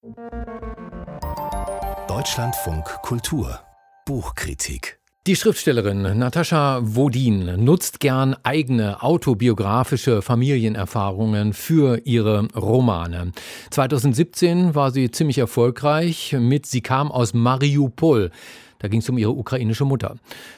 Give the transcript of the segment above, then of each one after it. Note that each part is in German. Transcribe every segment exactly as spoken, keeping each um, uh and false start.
Deutschlandfunk Kultur Buchkritik. Die Schriftstellerin Natascha Wodin nutzt gern eigene autobiografische Familienerfahrungen für ihre Romane. zweitausendsiebzehn war sie ziemlich erfolgreich mit Sie kam aus Mariupol. Da ging es um ihre ukrainische Mutter.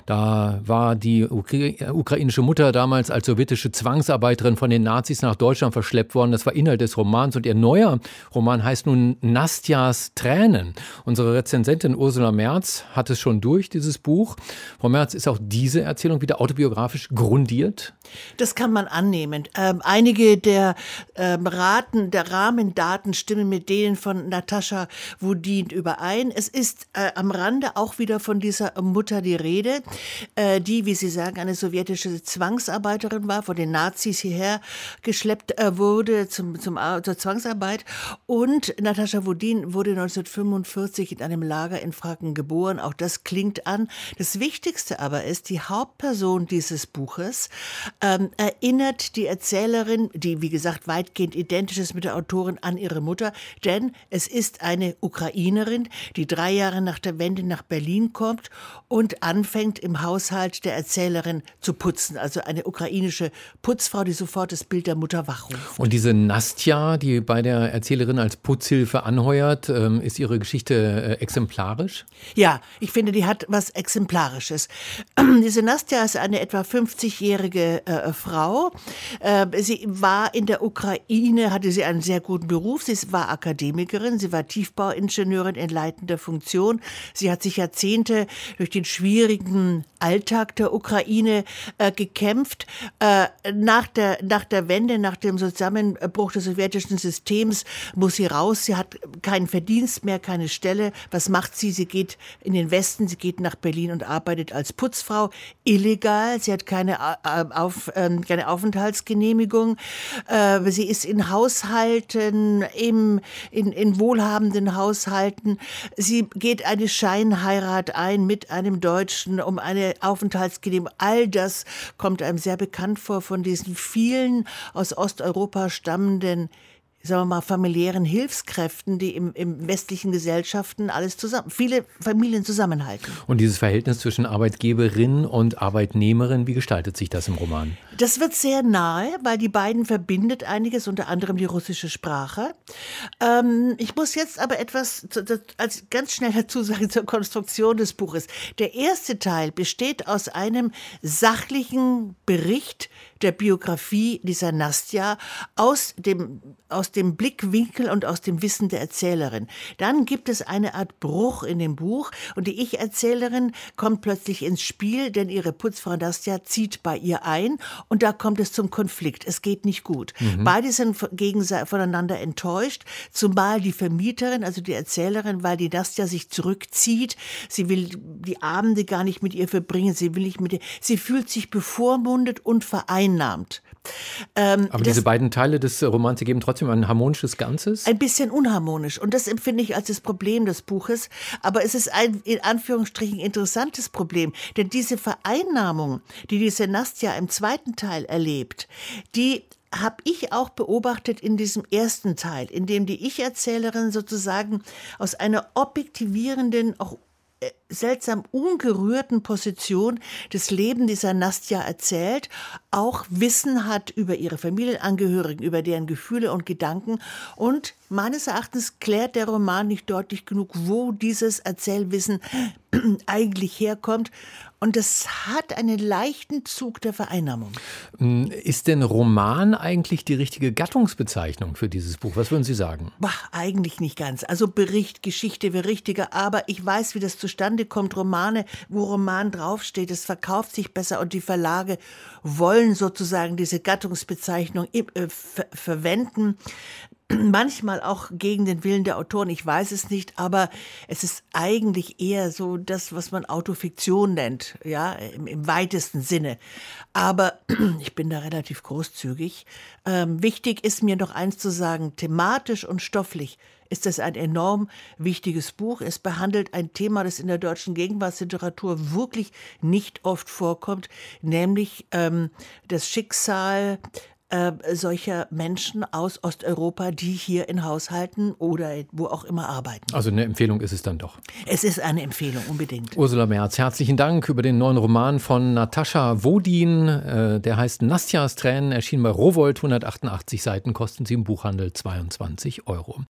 Da war die Ukra- ukrainische Mutter damals als sowjetische Zwangsarbeiterin von den Nazis nach Deutschland verschleppt worden. Das war Inhalt des Romans. Und ihr neuer Roman heißt nun Nastjas Tränen. Unsere Rezensentin Ursula Merz hat es schon durch, dieses Buch. Frau Merz, ist auch diese Erzählung wieder autobiografisch grundiert? Das kann man annehmen. Ähm, einige der ähm, Raten, der Rahmendaten stimmen mit denen von Natascha Wodin überein. Es ist äh, am Rande auch wieder von dieser Mutter die Rede, äh, die, wie Sie sagen, eine sowjetische Zwangsarbeiterin war, von den Nazis hierher geschleppt äh, wurde zum, zum, zur Zwangsarbeit. Und Natascha Wodin wurde neunzehnhundertfünfundvierzig in einem Lager in Franken geboren. Auch das klingt an. Das Wichtigste aber ist, die Hauptperson dieses Buches ähm, erinnert die Erzählerin, die, wie gesagt, weitgehend identisch ist mit der Autorin, an ihre Mutter. Denn es ist eine Ukrainerin, die drei Jahre nach der Wende nach Berlin kommt und anfängt im Haushalt der Erzählerin zu putzen. Also eine ukrainische Putzfrau, die sofort das Bild der Mutter wachruft. Und diese Nastja, die bei der Erzählerin als Putzhilfe anheuert, ähm, ist ihre Geschichte äh, exemplarisch? Ja, ich finde, die hat was Exemplarisches. Diese Nastja ist eine etwa fünfzigjährige äh, Frau. Äh, sie war in der Ukraine, hatte sie einen sehr guten Beruf. Sie war Akademikerin, sie war Tiefbauingenieurin in leitender Funktion. Sie hat sich Jahrzehnte durch den schwierigen Alltag der Ukraine äh, gekämpft. Äh, nach der, nach der Wende, nach dem Zusammenbruch des sowjetischen Systems muss sie raus. Sie hat keinen Verdienst mehr, keine Stelle. Was macht sie? Sie geht in den Westen, sie geht nach Berlin und arbeitet als Putzfrau, illegal. Sie hat keine, äh, auf, äh, keine Aufenthaltsgenehmigung. Äh, sie ist in Haushalten, im, in, in wohlhabenden Haushalten. Sie geht eine Scheinheirat ein mit einem Deutschen um eine Aufenthaltsgenehmigung. All das kommt einem sehr bekannt vor von diesen vielen aus Osteuropa stammenden, sagen wir mal, familiären Hilfskräften, die im, im westlichen Gesellschaften alles zusammen, viele Familien zusammenhalten. Und dieses Verhältnis zwischen Arbeitgeberin und Arbeitnehmerin, wie gestaltet sich das im Roman? Das wird sehr nahe, weil die beiden verbindet einiges, unter anderem die russische Sprache. Ähm, ich muss jetzt aber etwas zu, zu, als ganz schnell dazu sagen zur Konstruktion des Buches. Der erste Teil besteht aus einem sachlichen Bericht der Biografie dieser Nastja aus dem, aus dem Blickwinkel und aus dem Wissen der Erzählerin. Dann gibt es eine Art Bruch in dem Buch und die Ich-Erzählerin kommt plötzlich ins Spiel, denn ihre Putzfrau Nastja zieht bei ihr ein und da kommt es zum Konflikt. Es geht nicht gut. Mhm. Beide sind gegenseitig voneinander enttäuscht, zumal die Vermieterin, also die Erzählerin, weil die Nastja sich zurückzieht. Sie will die Abende gar nicht mit ihr verbringen. Sie will nicht mit ihr. Sie fühlt sich bevormundet und vereinnahmt. Ähm, Aber diese beiden Teile des Romans geben trotzdem ein harmonisches Ganzes? Ein bisschen unharmonisch. Und das empfinde ich als das Problem des Buches. Aber es ist ein, in Anführungsstrichen, interessantes Problem. Denn diese Vereinnahmung, die diese Nastja im zweiten Teil erlebt, die habe ich auch beobachtet in diesem ersten Teil, in dem die Ich-Erzählerin sozusagen aus einer objektivierenden, auch seltsam ungerührten Position das Leben dieser Nastja erzählt, auch Wissen hat über ihre Familienangehörigen, über deren Gefühle und Gedanken. Und meines Erachtens klärt der Roman nicht deutlich genug, wo dieses Erzählwissen eigentlich herkommt. Und das hat einen leichten Zug der Vereinnahmung. Ist denn Roman eigentlich die richtige Gattungsbezeichnung für dieses Buch? Was würden Sie sagen? Bah, eigentlich nicht ganz. Also Bericht, Geschichte wäre richtiger. Aber ich weiß, wie das zustande kommt. Romane, wo Roman draufsteht, es verkauft sich besser. Und die Verlage wollen sozusagen diese Gattungsbezeichnung äh, ver- verwenden. Manchmal auch gegen den Willen der Autoren, ich weiß es nicht, aber es ist eigentlich eher so das, was man Autofiktion nennt, ja, im, im weitesten Sinne. Aber ich bin da relativ großzügig. Ähm, wichtig ist mir noch eins zu sagen, thematisch und stofflich ist es ein enorm wichtiges Buch. Es behandelt ein Thema, das in der deutschen Gegenwartsliteratur wirklich nicht oft vorkommt, nämlich ähm, das Schicksal äh, solcher Menschen aus Osteuropa, die hier in Haushalten oder wo auch immer arbeiten. Also eine Empfehlung ist es dann doch. Es ist eine Empfehlung, unbedingt. Ursula Merz, herzlichen Dank über den neuen Roman von Natascha Wodin. Äh, der heißt Nastjas Tränen, erschien bei Rowohlt, hundertachtundachtzig Seiten, kosten sie im Buchhandel zweiundzwanzig Euro.